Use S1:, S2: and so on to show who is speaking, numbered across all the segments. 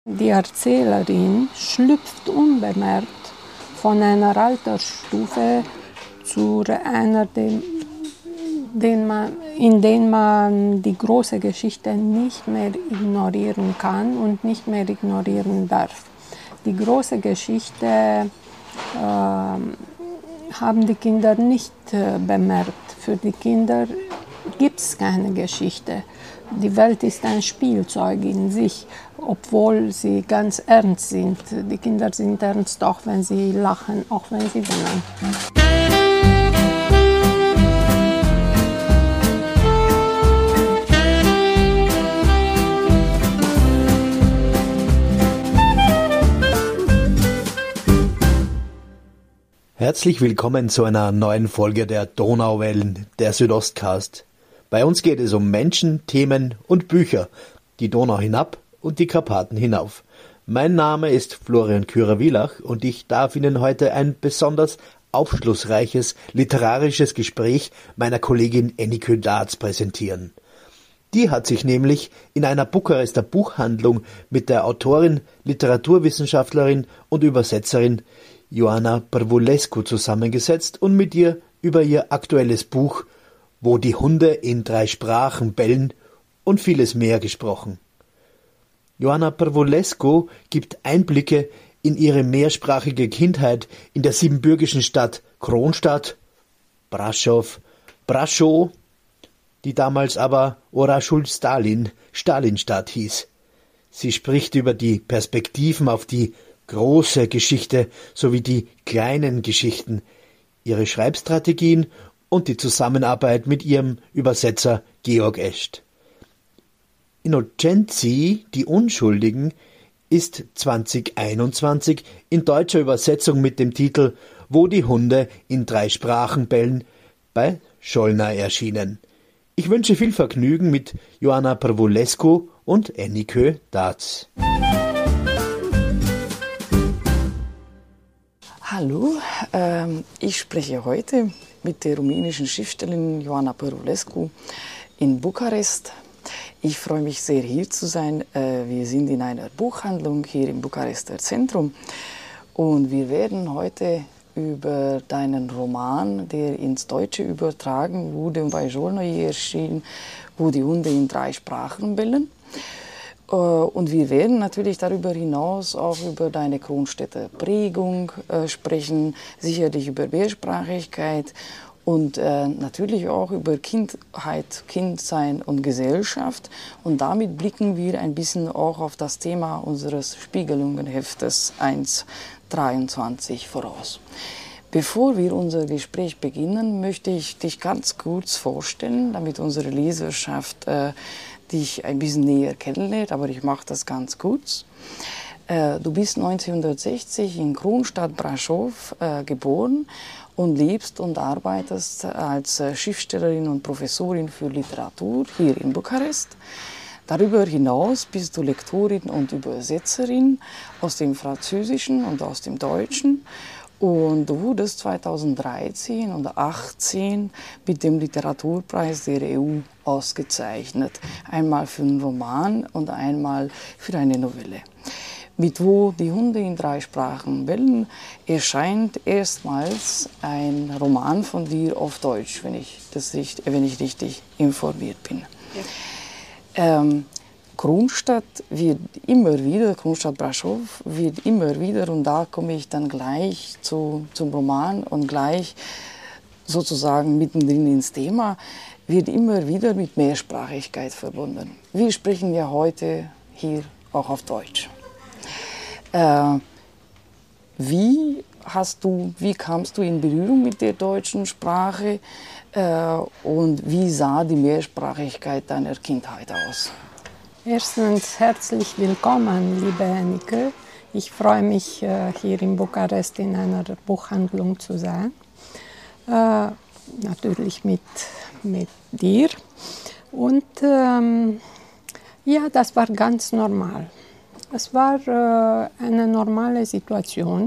S1: Die Erzählerin schlüpft unbemerkt von einer Altersstufe zu einer, in der man die große Geschichte nicht mehr ignorieren kann und nicht mehr ignorieren darf. Die große Geschichte haben die Kinder nicht bemerkt. Für die Kinder gibt es keine Geschichte. Die Welt ist ein Spielzeug in sich, obwohl sie ganz ernst sind. Die Kinder sind ernst, auch wenn sie lachen, auch wenn sie weinen.
S2: Herzlich willkommen zu einer neuen Folge der Donauwellen, der Südostcast. Bei uns geht es um Menschen, Themen und Bücher, die Donau hinab und die Karpaten hinauf. Mein Name ist Florian Kürer-Wielach und ich darf Ihnen heute ein besonders aufschlussreiches literarisches Gespräch meiner Kollegin Ennike Daats präsentieren. Die hat sich nämlich in einer Bukarester Buchhandlung mit der Autorin, Literaturwissenschaftlerin und Übersetzerin Ioana Părvulescu zusammengesetzt und mit ihr über ihr aktuelles Buch Wo die Hunde in 3 Sprachen bellen und vieles mehr gesprochen. Ioana Părvulescu gibt Einblicke in ihre mehrsprachige Kindheit in der siebenbürgischen Stadt Kronstadt, Brașov, Brașov, die damals aber Orașul Stalin, Stalinstadt hieß. Sie spricht über die Perspektiven auf die große Geschichte sowie die kleinen Geschichten, ihre Schreibstrategien und die Zusammenarbeit mit ihrem Übersetzer Georg Escht. Innocenții, die Unschuldigen, ist 2021 in deutscher Übersetzung mit dem Titel Wo die Hunde in 3 Sprachen bellen bei Schollner erschienen. Ich wünsche viel Vergnügen mit Ioana Părvulescu und Ennike Daats.
S3: Hallo, ich spreche heute mit der rumänischen Schriftstellerin Ioana Părvulescu in Bukarest. Ich freue mich sehr, hier zu sein. Wir sind in einer Buchhandlung hier im Bukarester Zentrum und wir werden heute über deinen Roman, der ins Deutsche übertragen wurde und bei Schollner erschienen, Wo die Hunde in 3 Sprachen bellen. Und wir werden natürlich darüber hinaus auch über deine Kronstädter Prägung sprechen, sicherlich über Mehrsprachigkeit und natürlich auch über Kindheit, Kindsein und Gesellschaft. Und damit blicken wir ein bisschen auch auf das Thema unseres Spiegelungenheftes 1/23 voraus. Bevor wir unser Gespräch beginnen, möchte ich dich ganz kurz vorstellen, damit unsere Leserschaft dich ein bisschen näher kennenlernt, aber ich mache das ganz kurz. Du bist 1960 in Kronstadt Brașov geboren und lebst und arbeitest als Schriftstellerin und Professorin für Literatur hier in Bukarest. Darüber hinaus bist du Lektorin und Übersetzerin aus dem Französischen und aus dem Deutschen. Und du wurdest 2013 und 2018 mit dem Literaturpreis der EU ausgezeichnet. Einmal für einen Roman und einmal für eine Novelle. Mit Wo die Hunde in 3 Sprachen bellen erscheint erstmals ein Roman von dir auf Deutsch, wenn ich richtig informiert bin. Ja. Kronstadt Kronstadt Brașov wird immer wieder, und da komme ich dann gleich zum Roman und gleich sozusagen mittendrin ins Thema, wird immer wieder mit Mehrsprachigkeit verbunden. Wir sprechen ja heute hier auch auf Deutsch. Wie kamst du in Berührung mit der deutschen Sprache und wie sah die Mehrsprachigkeit deiner Kindheit aus?
S1: Erstens herzlich willkommen, liebe Ennike. Ich freue mich, hier in Bukarest in einer Buchhandlung zu sein. Natürlich mit dir. Und ja, das war ganz normal. Es war eine normale Situation.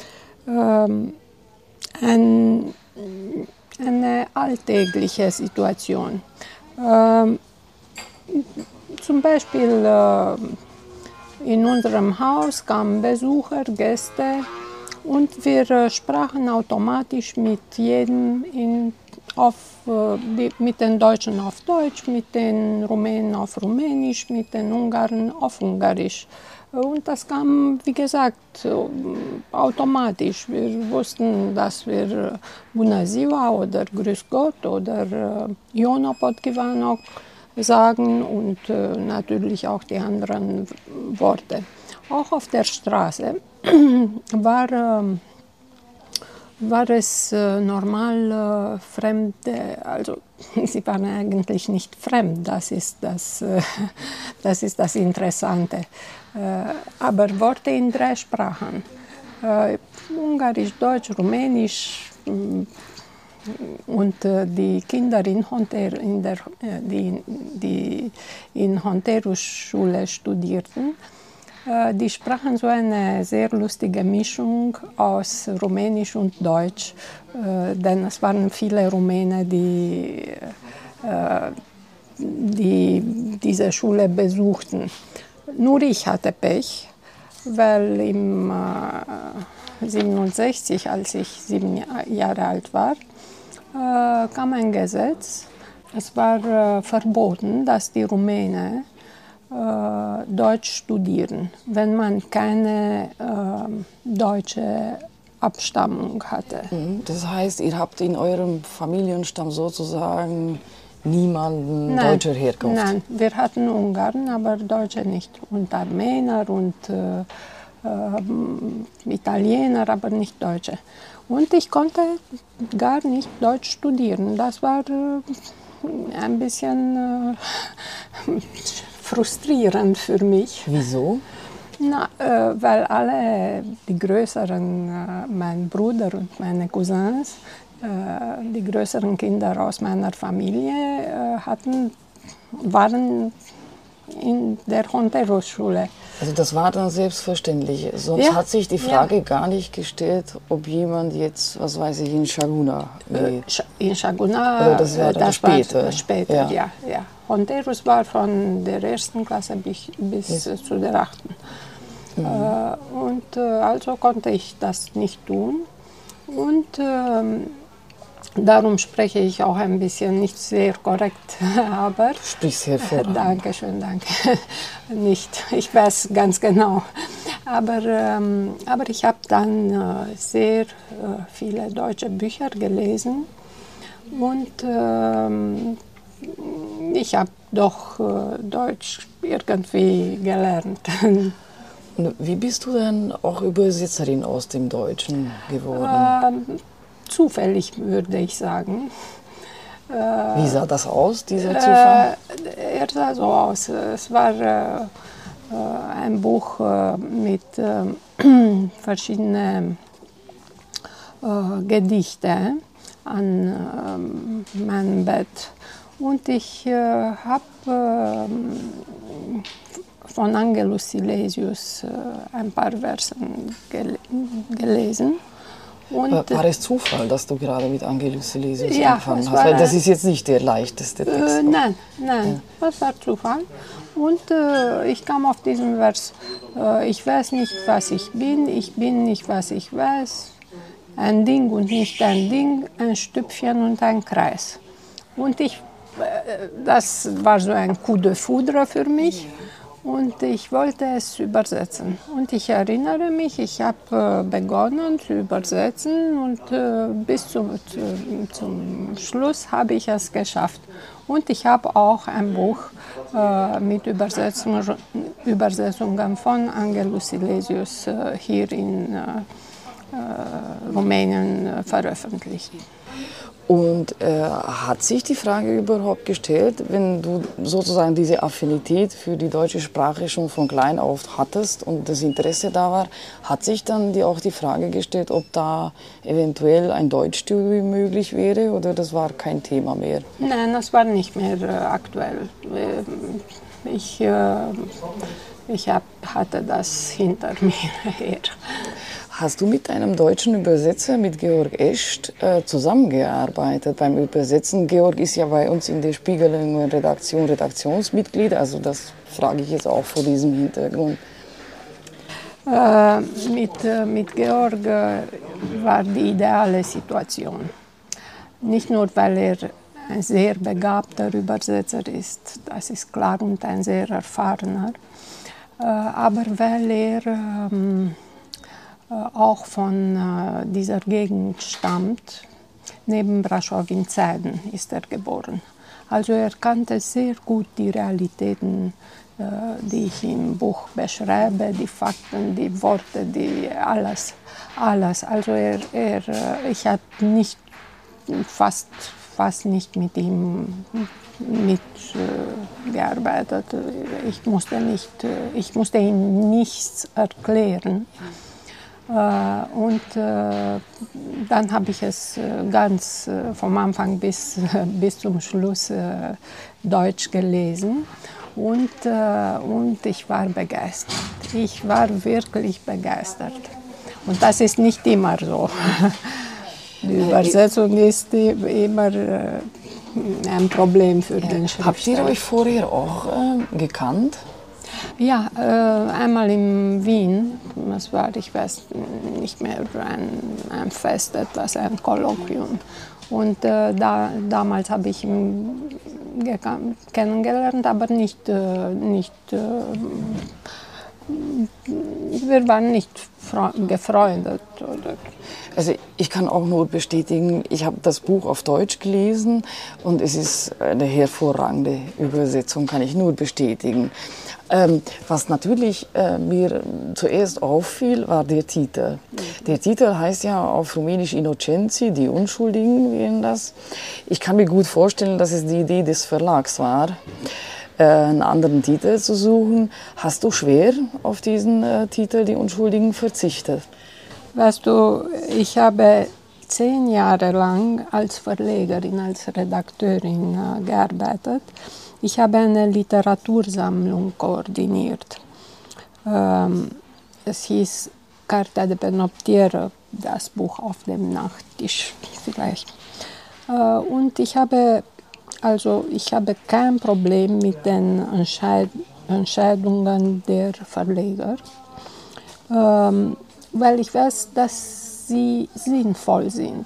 S1: Eine alltägliche Situation. Zum Beispiel In unserem Haus kamen Besucher, Gäste und wir sprachen automatisch mit jedem mit den Deutschen auf Deutsch, mit den Rumänen auf Rumänisch, mit den Ungarn auf Ungarisch. Und das kam, wie gesagt, automatisch. Wir wussten, dass wir Bună ziua oder Grüß Gott oder Jono Potkivanok sagen und natürlich auch die anderen Worte. Auch auf der Straße war es normal, Fremde, also sie waren eigentlich nicht fremd, das ist das Interessante. Aber Worte in 3 Sprachen, Ungarisch, Deutsch, Rumänisch, und die Kinder die in Honterus-Schule studierten, die sprachen so eine sehr lustige Mischung aus Rumänisch und Deutsch, denn es waren viele Rumänen, die diese Schule besuchten. Nur ich hatte Pech, weil im 67, als ich 7 Jahre alt war, kam ein Gesetz. Es war verboten, dass die Rumänen Deutsch studieren, wenn man keine deutsche Abstammung hatte.
S3: Das heißt, ihr habt in eurem Familienstamm sozusagen niemanden deutscher Herkunft?
S1: Nein, wir hatten Ungarn, aber Deutsche nicht. Und Armenier und Italiener, aber nicht Deutsche. Und ich konnte gar nicht Deutsch studieren. Das war ein bisschen frustrierend für mich.
S3: Wieso?
S1: Weil alle die größeren, mein Bruder und meine Cousins, die größeren Kinder aus meiner Familie waren in der Honterus-Schule.
S3: Also das war dann selbstverständlich. Sonst hat sich die Frage gar nicht gestellt, ob jemand jetzt, was weiß ich, in Shaguna geht.
S1: In Shaguna,
S3: das war später.
S1: Ja. Honterus war von der 1. Klasse bis zu der 8. Und also konnte ich das nicht tun. Und darum spreche ich auch ein bisschen nicht sehr korrekt, aber...
S3: Du sprichst hervorragend.
S1: Dankeschön, danke. Nicht, ich weiß ganz genau. Aber ich habe dann sehr viele deutsche Bücher gelesen und ich habe doch Deutsch irgendwie gelernt.
S3: Wie bist du denn auch Übersetzerin aus dem Deutschen geworden?
S1: Zufällig, würde ich sagen.
S3: Wie sah das aus, dieser Zufall?
S1: Er sah so aus. Es war ein Buch mit verschiedenen Gedichten an meinem Bett. Und ich habe von Angelus Silesius ein paar Versen gelesen. Und
S3: war es Zufall, dass du gerade mit Angelus Silesius angefangen hast? Weil das ist jetzt nicht der leichteste Text.
S1: Nein, das war Zufall. Und ich kam auf diesen Vers, ich weiß nicht, was ich bin nicht, was ich weiß. Ein Ding und nicht ein Ding, ein Stüpfchen und ein Kreis. Und das war so ein Coup de foudre für mich. Und ich wollte es übersetzen. Und ich erinnere mich, ich habe begonnen zu übersetzen und bis zum Schluss habe ich es geschafft. Und ich habe auch ein Buch mit Übersetzungen von Angelus Silesius hier in Rumänien veröffentlicht.
S3: Und hat sich die Frage überhaupt gestellt, wenn du sozusagen diese Affinität für die deutsche Sprache schon von klein auf hattest und das Interesse da war, hat sich dann dir auch die Frage gestellt, ob da eventuell ein Deutschstudium möglich wäre oder das war kein Thema mehr?
S1: Nein, das war nicht mehr aktuell. Ich hatte das hinter mir her.
S3: Hast du mit einem deutschen Übersetzer, mit Georg Escht, zusammengearbeitet beim Übersetzen? Georg ist ja bei uns in der Spiegeling Redaktion Redaktionsmitglied, also das frage ich jetzt auch vor diesem Hintergrund.
S1: Mit Georg war die ideale Situation. Nicht nur, weil er ein sehr begabter Übersetzer ist, das ist klar, und ein sehr erfahrener, aber weil er auch von dieser Gegend stammt. Neben Brasov in Zäden ist er geboren. Also er kannte sehr gut die Realitäten, die ich im Buch beschreibe, die Fakten, die Worte, alles. Also ich habe fast nicht mit ihm gearbeitet. Ich musste ihm nichts erklären. Und dann habe ich es ganz vom Anfang bis zum Schluss Deutsch gelesen. Und ich war begeistert. Ich war wirklich begeistert. Und das ist nicht immer so. Die Übersetzung ist immer ein Problem für den Schriftsteller.
S3: Habt ihr euch vorher auch gekannt?
S1: Ja, einmal in Wien, das war, ich weiß nicht mehr, ein Fest, ein Kolloquium. Und damals habe ich ihn kennengelernt, aber wir waren nicht gefreundet.
S3: Also ich kann auch nur bestätigen, ich habe das Buch auf Deutsch gelesen und es ist eine hervorragende Übersetzung, kann ich nur bestätigen. Was natürlich mir zuerst auffiel, war der Titel. Der Titel heißt ja auf Rumänisch Inocenții, die Unschuldigen wären das. Ich kann mir gut vorstellen, dass es die Idee des Verlags war, einen anderen Titel zu suchen. Hast du schwer auf diesen Titel, die Unschuldigen, verzichtet?
S1: Weißt du, ich habe 10 Jahre lang als Verlegerin, als Redakteurin gearbeitet. Ich habe eine Literatursammlung koordiniert. Es hieß Cartea de pe noptieră, das Buch auf dem Nachttisch vielleicht. Und ich habe kein Problem mit den Entscheidungen der Verleger, weil ich weiß, dass sie sinnvoll sind.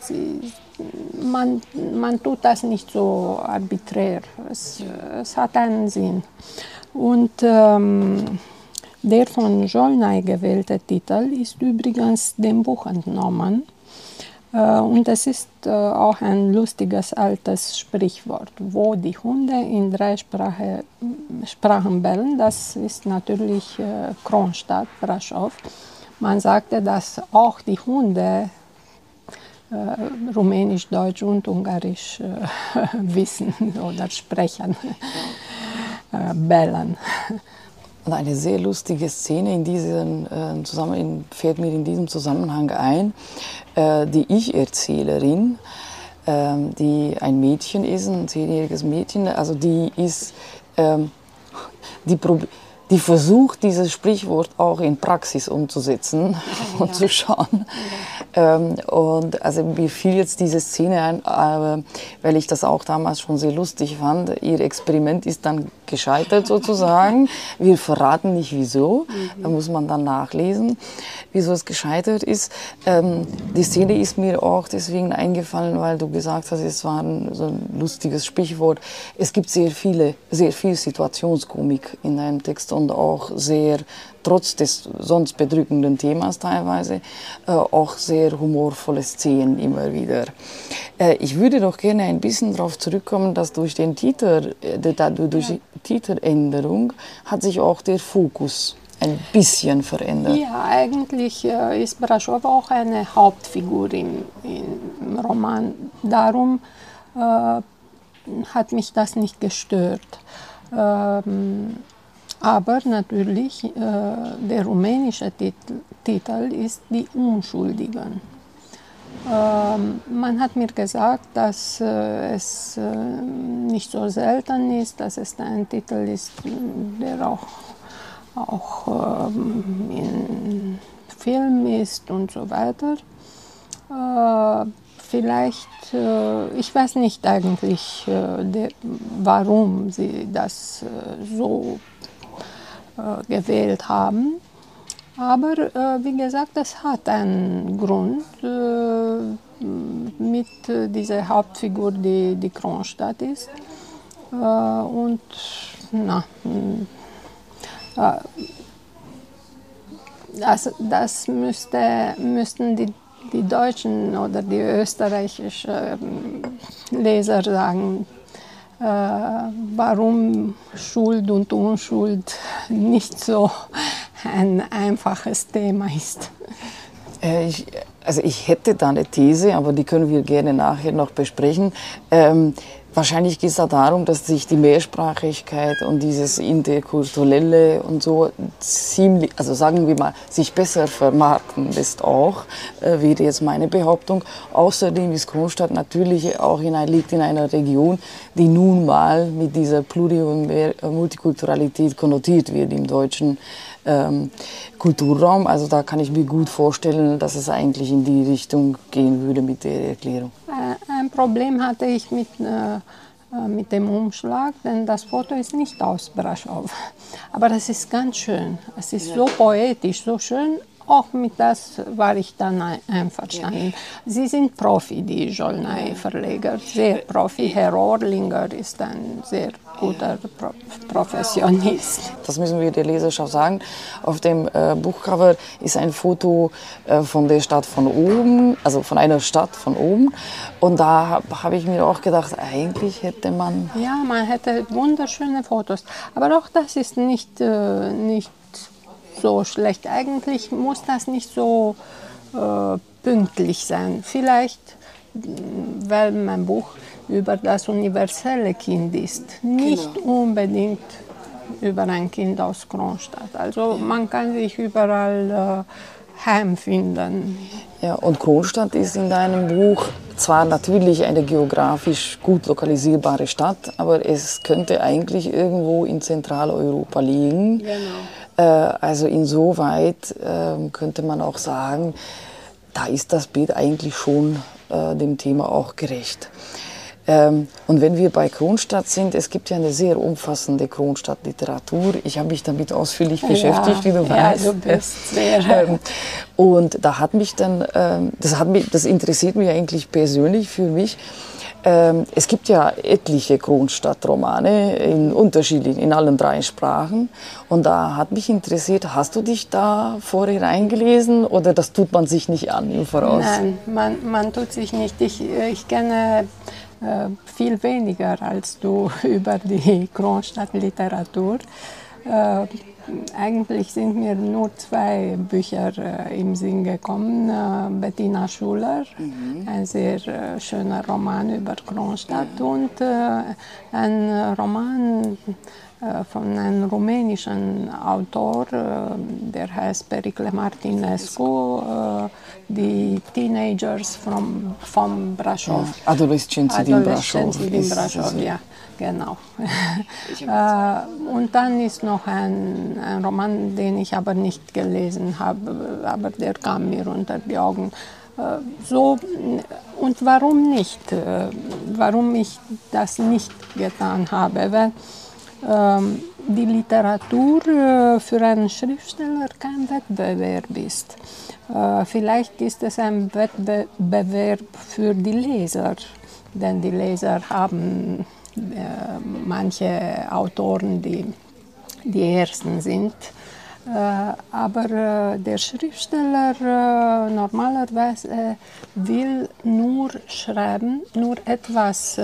S1: Man tut das nicht so arbiträr. Es hat einen Sinn. Und der von Zsolnay gewählte Titel ist übrigens dem Buch entnommen. Und es ist auch ein lustiges altes Sprichwort, wo die Hunde in 3 Sprachen bellen. Das ist natürlich Kronstadt, Brașov. Man sagte, dass auch die Hunde Rumänisch, Deutsch und Ungarisch wissen oder sprechen, bellen.
S3: Und eine sehr lustige Szene fällt mir in diesem Zusammenhang ein. Die Ich-Erzählerin, die ein Mädchen ist, ein 10-jähriges Mädchen, also die versucht, dieses Sprichwort auch in Praxis umzusetzen und zu schauen. Und also mir fiel jetzt diese Szene ein, weil ich das auch damals schon sehr lustig fand. Ihr Experiment ist dann gescheitert sozusagen. Wir verraten nicht wieso, da muss man dann nachlesen, wieso es gescheitert ist. Die Szene ist mir auch deswegen eingefallen, weil du gesagt hast, es war so ein lustiges Sprichwort. Es gibt sehr viel Situationskomik in deinem Text und auch trotz des sonst bedrückenden Themas teilweise, auch sehr humorvolle Szenen immer wieder. Ich würde doch gerne ein bisschen darauf zurückkommen, dass durch die Titeländerung hat sich auch der Fokus ein bisschen verändert.
S1: Ja, eigentlich ist Brașov auch eine Hauptfigur im Roman. Darum hat mich das nicht gestört. Aber natürlich, der rumänische Titel ist Die Unschuldigen. Man hat mir gesagt, dass es nicht so selten ist, dass es ein Titel ist, der auch in Film ist und so weiter. Vielleicht, ich weiß nicht eigentlich, warum sie das so gewählt haben. Aber wie gesagt, das hat einen Grund mit dieser Hauptfigur, die Kronstadt ist. Und na, das müssten die deutschen oder die österreichischen Leser sagen, warum Schuld und Unschuld nicht so ein einfaches Thema ist.
S3: Ich hätte da eine These, aber die können wir gerne nachher noch besprechen. Wahrscheinlich geht es da darum, dass sich die Mehrsprachigkeit und dieses Interkulturelle und so ziemlich, also sagen wir mal, sich besser vermarkten lässt auch, wäre jetzt meine Behauptung. Außerdem ist Kronstadt natürlich auch liegt in einer Region, die nun mal mit dieser Pluri- und Multikulturalität konnotiert wird im deutschen Kulturraum. Also da kann ich mir gut vorstellen, dass es eigentlich in die Richtung gehen würde mit der Erklärung.
S1: Ein Problem hatte ich mit dem Umschlag, denn das Foto ist nicht aus Braschow. Aber das ist ganz schön. Es ist so poetisch, so schön. Auch mit das war ich dann einverstanden. Ja. Sie sind Profi, die Jolnay-Verleger, sehr Profi. Herr Orlinger ist ein sehr guter Professionist.
S3: Das müssen wir der Leserschaft sagen. Auf dem Buchcover ist ein Foto von der Stadt von oben, also von einer Stadt von oben. Und da habe ich mir auch gedacht, eigentlich hätte man...
S1: Ja, man hätte wunderschöne Fotos. Aber auch das ist nicht so schlecht. Eigentlich muss das nicht so pünktlich sein. Vielleicht, weil mein Buch über das universelle Kind ist, nicht unbedingt über ein Kind aus Kronstadt. Also man kann sich überall heimfinden.
S3: Ja, und Kronstadt ist in deinem Buch zwar natürlich eine geografisch gut lokalisierbare Stadt, aber es könnte eigentlich irgendwo in Zentraleuropa liegen. Genau. Also insoweit könnte man auch sagen, da ist das Bild eigentlich schon dem Thema auch gerecht. Und wenn wir bei Kronstadt sind, es gibt ja eine sehr umfassende Kronstadt-Literatur. Ich habe mich damit ausführlich beschäftigt, wie du weißt.
S1: Ja, du bist sehr...
S3: Und da hat mich dann, das interessiert mich eigentlich persönlich für mich. Es gibt ja etliche Kronstadt-Romane in allen 3 Sprachen. Und da hat mich interessiert, hast du dich da vorher eingelesen oder das tut man sich nicht an im Voraus?
S1: Nein, man tut sich nicht. Ich kenne viel weniger als du über die Kronstadt-Literatur. Eigentlich sind mir nur 2 Bücher im Sinn gekommen. Bettina Schuler, ein sehr schöner Roman über Kronstadt und ein Roman von einem rumänischen Autor, der heißt Pericle Martinescu, die Teenagers vom Braschow.
S3: Adolescenții din Brașov.
S1: Ja, genau. Und dann ist noch ein Roman, den ich aber nicht gelesen habe, aber der kam mir unter die Augen. So, und warum nicht? Warum ich das nicht getan habe? Weil die Literatur für einen Schriftsteller kein Wettbewerb ist. Vielleicht ist es ein Wettbewerb für die Leser, denn die Leser haben manche Autoren, die ersten sind. Aber der Schriftsteller normalerweise will nur schreiben, nur etwas,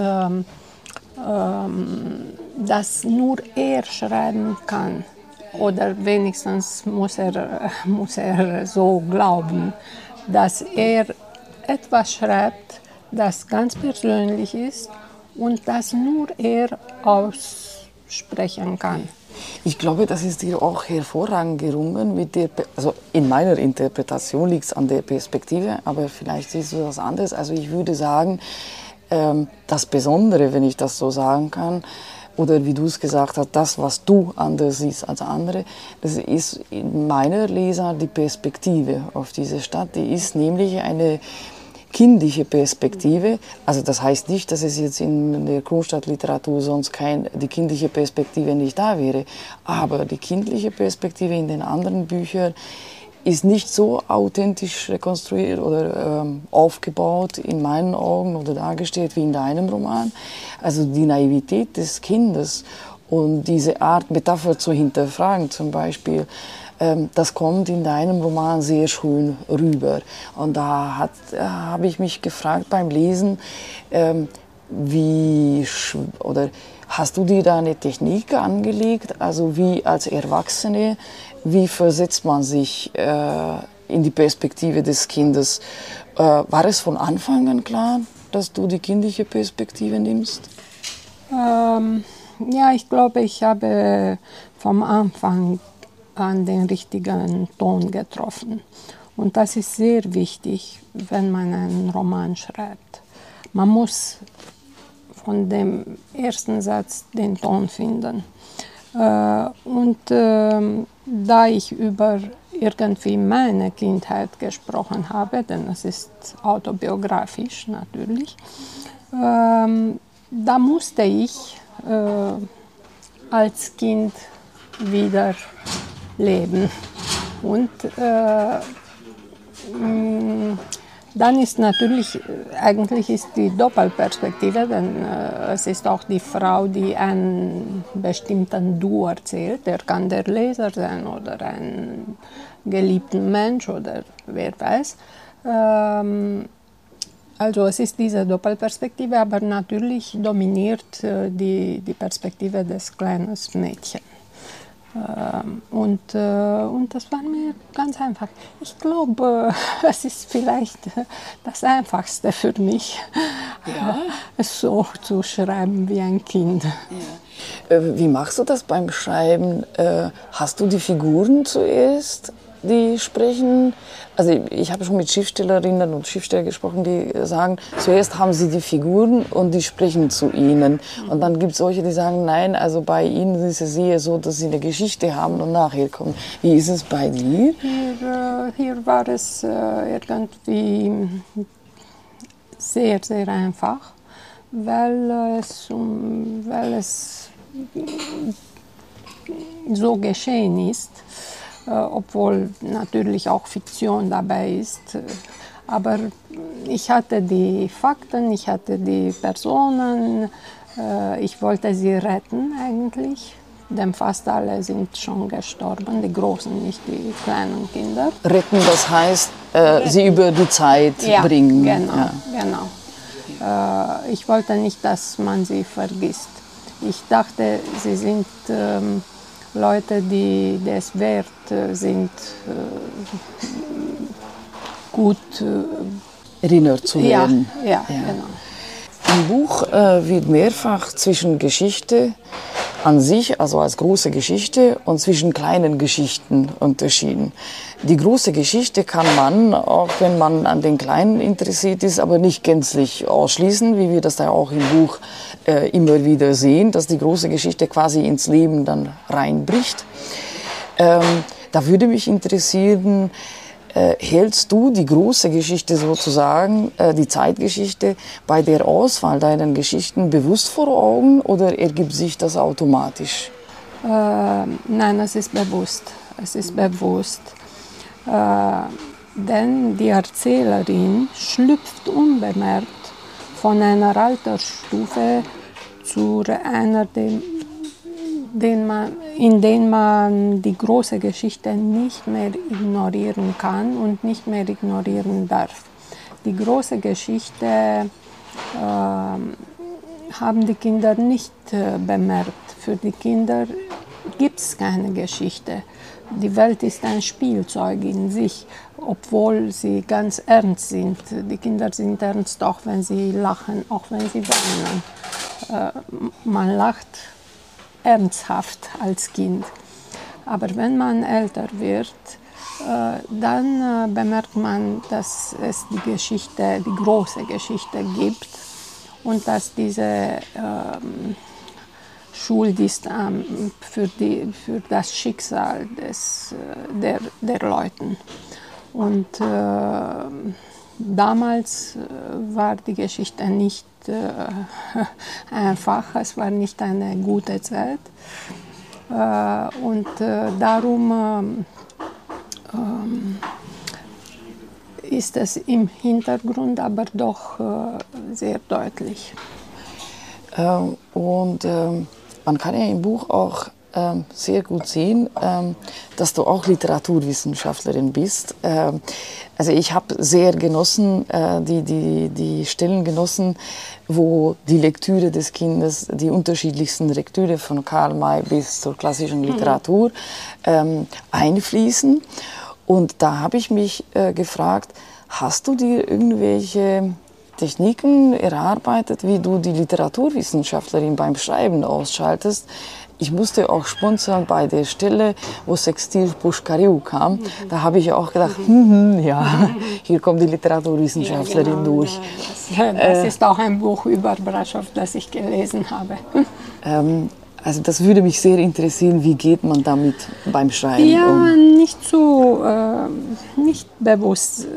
S1: das nur er schreiben kann. Oder wenigstens muss er so glauben, dass er etwas schreibt, das ganz persönlich ist und das nur er aussprechen kann.
S3: Ich glaube, das ist dir auch hervorragend gelungen. Also in meiner Interpretation liegt es an der Perspektive, aber vielleicht siehst du das anders. Also ich würde sagen, das Besondere, wenn ich das so sagen kann, oder wie du es gesagt hast, das, was du anders siehst als andere, das ist in meiner Leser die Perspektive auf diese Stadt. Die ist nämlich eine kindliche Perspektive. Also das heißt nicht, dass es jetzt in der Kronstadt-Literatur sonst die kindliche Perspektive nicht da wäre. Aber die kindliche Perspektive in den anderen Büchern ist nicht so authentisch rekonstruiert oder aufgebaut in meinen Augen oder dargestellt wie in deinem Roman. Also die Naivität des Kindes und diese Art, Metapher zu hinterfragen zum Beispiel, das kommt in deinem Roman sehr schön rüber. Und da habe ich mich gefragt beim Lesen, oder hast du dir da eine Technik angelegt, also wie als Erwachsene, wie versetzt man sich in die Perspektive des Kindes? War es von Anfang an klar, dass du die kindliche Perspektive nimmst?
S1: Ja, ich glaube, ich habe vom Anfang an den richtigen Ton getroffen. Und das ist sehr wichtig, wenn man einen Roman schreibt. Man muss von dem ersten Satz den Ton finden. Da ich über irgendwie meine Kindheit gesprochen habe, denn es ist autobiografisch natürlich, da musste ich als Kind wieder leben. Und dann ist natürlich, eigentlich ist die Doppelperspektive, denn es ist auch die Frau, die einen bestimmten Du erzählt. Der kann der Leser sein oder ein geliebter Mensch oder wer weiß. Also es ist diese Doppelperspektive, aber natürlich dominiert die Perspektive des kleinen Mädchens. Und das war mir ganz einfach. Ich glaube, es ist vielleicht das Einfachste für mich, es so zu schreiben wie ein Kind.
S3: Ja. Wie machst du das beim Schreiben? Hast du die Figuren zuerst, die sprechen? Also ich habe schon mit Schriftstellerinnen und Schriftstellern gesprochen, die sagen, zuerst haben sie die Figuren und die sprechen zu ihnen. Und dann gibt es solche, die sagen, nein, also bei ihnen ist es eher so, dass sie eine Geschichte haben und nachher kommen. Wie ist es bei dir?
S1: Hier war es irgendwie sehr, sehr einfach, weil es so geschehen ist. Obwohl natürlich auch Fiktion dabei ist. Aber ich hatte die Fakten, ich hatte die Personen, ich wollte sie retten eigentlich, denn fast alle sind schon gestorben, die Großen, nicht die kleinen Kinder.
S3: Retten, das heißt, sie über die Zeit bringen.
S1: Genau, genau. Ich wollte nicht, dass man sie vergisst. Ich dachte, sie sind Leute, die es wert sind, gut
S3: erinnert zu werden.
S1: Ja, genau.
S3: Im Buch wird mehrfach zwischen Geschichte an sich, also als große Geschichte, und zwischen kleinen Geschichten unterschieden. Die große Geschichte kann man, auch wenn man an den Kleinen interessiert ist, aber nicht gänzlich ausschließen, wie wir das da auch im Buch immer wieder sehen, dass die große Geschichte quasi ins Leben dann reinbricht. Da würde mich interessieren, hältst du die große Geschichte sozusagen, die Zeitgeschichte, bei der Auswahl deiner Geschichten bewusst vor Augen oder ergibt sich das automatisch?
S1: Nein, es ist bewusst. Es ist bewusst. Denn die Erzählerin schlüpft unbemerkt von einer Altersstufe zu einer, in der man die große Geschichte nicht mehr ignorieren kann und nicht mehr ignorieren darf. Die große Geschichte haben die Kinder nicht bemerkt. Für die Kinder gibt es keine Geschichte. Die Welt ist ein Spielzeug in sich, obwohl sie ganz ernst sind. Die Kinder sind ernst, auch wenn sie lachen, auch wenn sie weinen. Man lacht ernsthaft als Kind. Aber wenn man älter wird, dann bemerkt man, dass es die große Geschichte gibt und dass diese Schuld ist für das Schicksal der Leute. Und damals war die Geschichte nicht einfach, es war nicht eine gute Zeit. Und darum ist es im Hintergrund, aber doch sehr deutlich.
S3: Man kann ja im Buch auch sehr gut sehen, dass du auch Literaturwissenschaftlerin bist. Also ich habe sehr genossen, die Stellen genossen, wo die Lektüre des Kindes, die unterschiedlichsten Lektüre von Karl May bis zur klassischen Literatur einfließen. Und da habe ich mich gefragt, hast du dir irgendwelche Techniken erarbeitet, wie du die Literaturwissenschaftlerin beim Schreiben ausschaltest? Ich musste auch schmunzeln bei der Stelle, wo Sextil Pușcariu kam. Da habe ich auch gedacht, ja, hier kommt die Literaturwissenschaftlerin
S1: ja, genau,
S3: durch.
S1: Das ist auch ein Buch über Brașov, das ich gelesen habe.
S3: Also das würde mich sehr interessieren, wie geht man damit beim Schreiben
S1: ja,
S3: um?
S1: Nicht bewusst.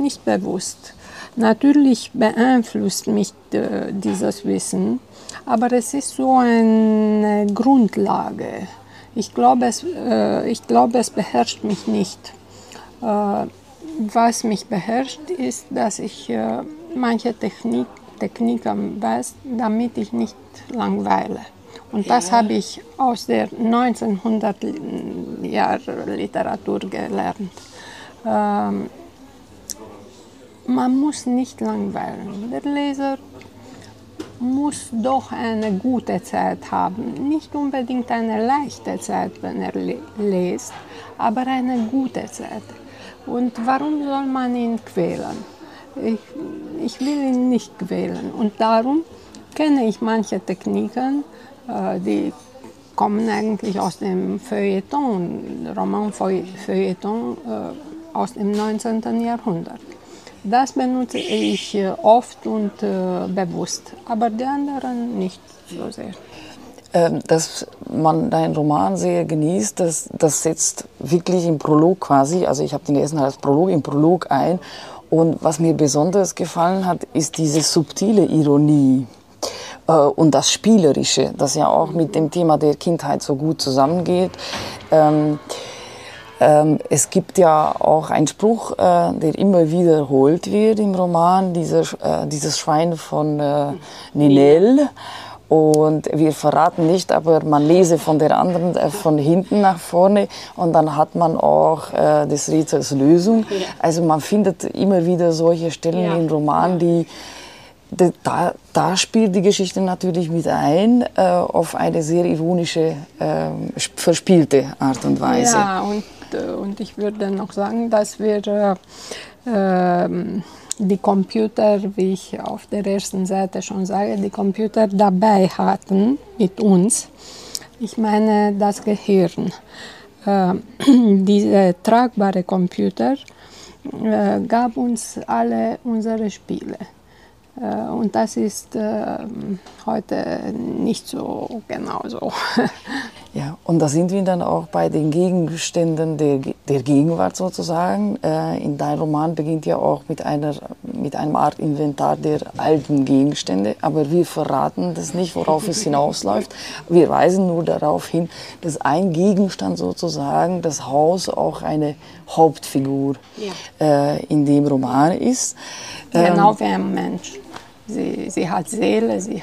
S1: Natürlich beeinflusst mich dieses Wissen, aber es ist so eine Grundlage. Ich glaube, es beherrscht mich nicht. Was mich beherrscht, ist, dass ich manche Techniken weiß, damit ich nicht langweile. Und das habe ich aus der 1900er-Literatur gelernt. Man muss nicht langweilen. Der Leser muss doch eine gute Zeit haben. Nicht unbedingt eine leichte Zeit, wenn er liest, aber eine gute Zeit. Und warum soll man ihn quälen? Ich will ihn nicht quälen. Und darum kenne ich manche Techniken, die kommen eigentlich aus dem Feuilleton, Roman-Feuilleton aus dem 19. Jahrhundert. Das benutze ich oft und bewusst, aber die anderen nicht so sehr.
S3: Dass man deinen Roman sehr genießt, das setzt wirklich im Prolog quasi, also ich habe den ersten als Prolog, im Prolog ein. Und was mir besonders gefallen hat, ist diese subtile Ironie und das Spielerische, das ja auch mit dem Thema der Kindheit so gut zusammengeht. Es gibt ja auch einen Spruch, der immer wiederholt wird im Roman, dieses Schwein von Ninel. Und wir verraten nicht, aber man lese von der anderen, von hinten nach vorne und dann hat man auch des Rätsels Lösung. Ja. Also man findet immer wieder solche Stellen im Roman, da spielt die Geschichte natürlich mit ein, auf eine sehr ironische, verspielte Art und Weise.
S1: Ja, und ich würde noch sagen, dass wir die Computer, wie ich auf der ersten Seite schon sage, die Computer dabei hatten mit uns. Ich meine das Gehirn. Diese tragbare Computer gab uns alle unsere Spiele. Und das ist heute nicht so genau so.
S3: Ja, und da sind wir dann auch bei den Gegenständen der Gegenwart sozusagen. In deinem Roman beginnt ja auch mit einem Art Inventar der alten Gegenstände, aber wir verraten das nicht, worauf es hinausläuft. Wir weisen nur darauf hin, dass ein Gegenstand sozusagen, das Haus, auch eine Hauptfigur in dem Roman ist.
S1: Genau wie ein Mensch. Sie hat Seele, sie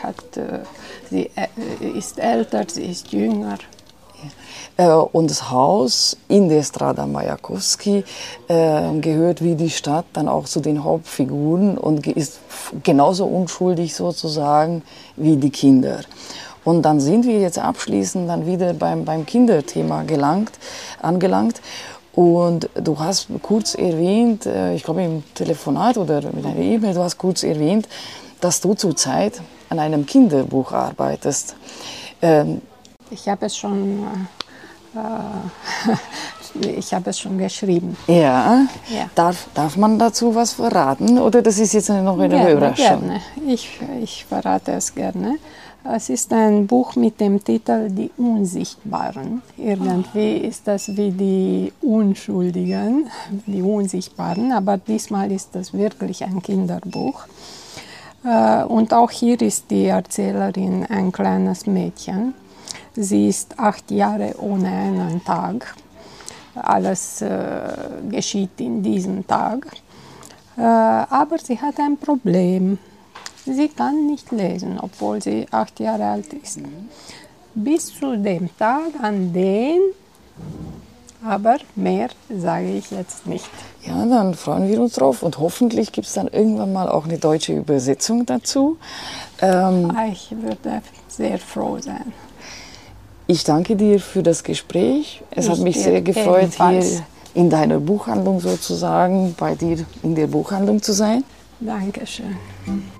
S1: ist älter, sie ist jünger.
S3: Und das Haus in der Strada Majakowski gehört wie die Stadt dann auch zu den Hauptfiguren und ist genauso unschuldig sozusagen wie die Kinder. Und dann sind wir jetzt abschließend dann wieder beim Kinderthema angelangt. Und du hast kurz erwähnt, ich glaube im Telefonat oder mit einer E-Mail, du hast kurz erwähnt, dass du zurzeit an einem Kinderbuch arbeitest.
S1: Ich habe es schon geschrieben.
S3: Ja. Darf man dazu was verraten oder das ist jetzt noch eine Überraschung?
S1: Gerne. Ich verrate es gerne. Es ist ein Buch mit dem Titel Die Unsichtbaren. Irgendwie ist das wie die Unschuldigen, die Unsichtbaren, aber diesmal ist das wirklich ein Kinderbuch. Und auch hier ist die Erzählerin ein kleines Mädchen. Sie ist 8 Jahre ohne einen Tag. alles geschieht in diesem Tag. Aber sie hat ein Problem. Sie kann nicht lesen, obwohl sie 8 Jahre alt ist. Bis zu dem Tag, an den, aber mehr sage ich jetzt nicht.
S3: Ja, dann freuen wir uns drauf und hoffentlich gibt es dann irgendwann mal auch eine deutsche Übersetzung dazu.
S1: Ich würde sehr froh sein.
S3: Ich danke dir für das Gespräch. Es hat mich sehr gefreut, hier in deiner Buchhandlung sozusagen, bei dir in der Buchhandlung zu sein.
S1: Dankeschön.